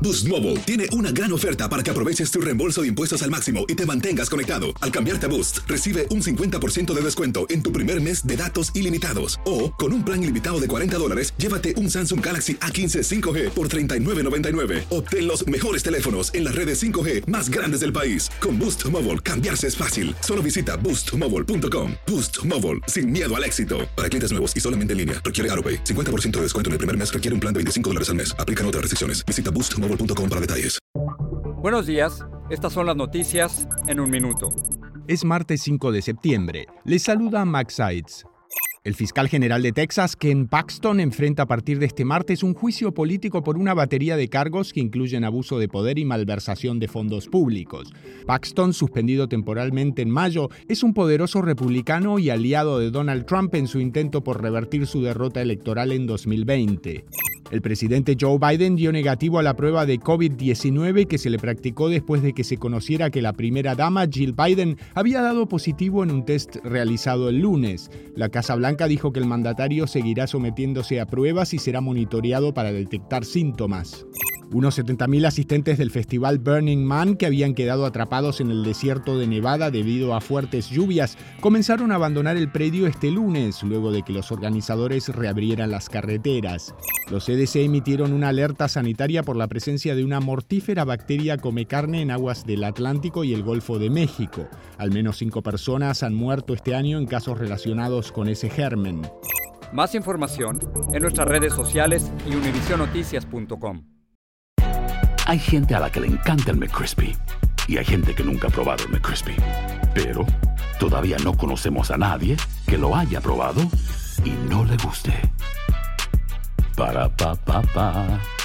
Boost Mobile tiene una gran oferta para que aproveches tu reembolso de impuestos al máximo y te mantengas conectado. Al cambiarte a Boost, recibe un 50% de descuento en tu primer mes de datos ilimitados. O, con un plan ilimitado de $40, llévate un Samsung Galaxy A15 5G por $39.99. Obtén los mejores teléfonos en las redes 5G más grandes del país. Con Boost Mobile, cambiarse es fácil. Solo visita boostmobile.com. Boost Mobile, sin miedo al éxito. Para clientes nuevos y solamente en línea, requiere AroPay. 50% de descuento en el primer mes requiere un plan de $25 al mes. Aplican otras restricciones. Visita boostmobile.com para detalles. Buenos días, estas son las noticias en un minuto. Es martes 5 de septiembre. Les saluda Max Sides. El fiscal general de Texas, Ken Paxton, enfrenta a partir de este martes un juicio político por una batería de cargos que incluyen abuso de poder y malversación de fondos públicos. Paxton, suspendido temporalmente en mayo, es un poderoso republicano y aliado de Donald Trump en su intento por revertir su derrota electoral en 2020. El presidente Joe Biden dio negativo a la prueba de COVID-19 que se le practicó después de que se conociera que la primera dama, Jill Biden, había dado positivo en un test realizado el lunes. La Casa Blanca dijo que el mandatario seguirá sometiéndose a pruebas y será monitoreado para detectar síntomas. Unos 70.000 asistentes del festival Burning Man, que habían quedado atrapados en el desierto de Nevada debido a fuertes lluvias, comenzaron a abandonar el predio este lunes, luego de que los organizadores reabrieran las carreteras. Los CDC emitieron una alerta sanitaria por la presencia de una mortífera bacteria come carne en aguas del Atlántico y el Golfo de México. Al menos 5 personas han muerto este año en casos relacionados con ese germen. Más información en nuestras redes sociales y univisionoticias.com. Hay gente a la que le encanta el McCrispy y hay gente que nunca ha probado el McCrispy. Pero todavía no conocemos a nadie que lo haya probado y no le guste. Para pa pa pa.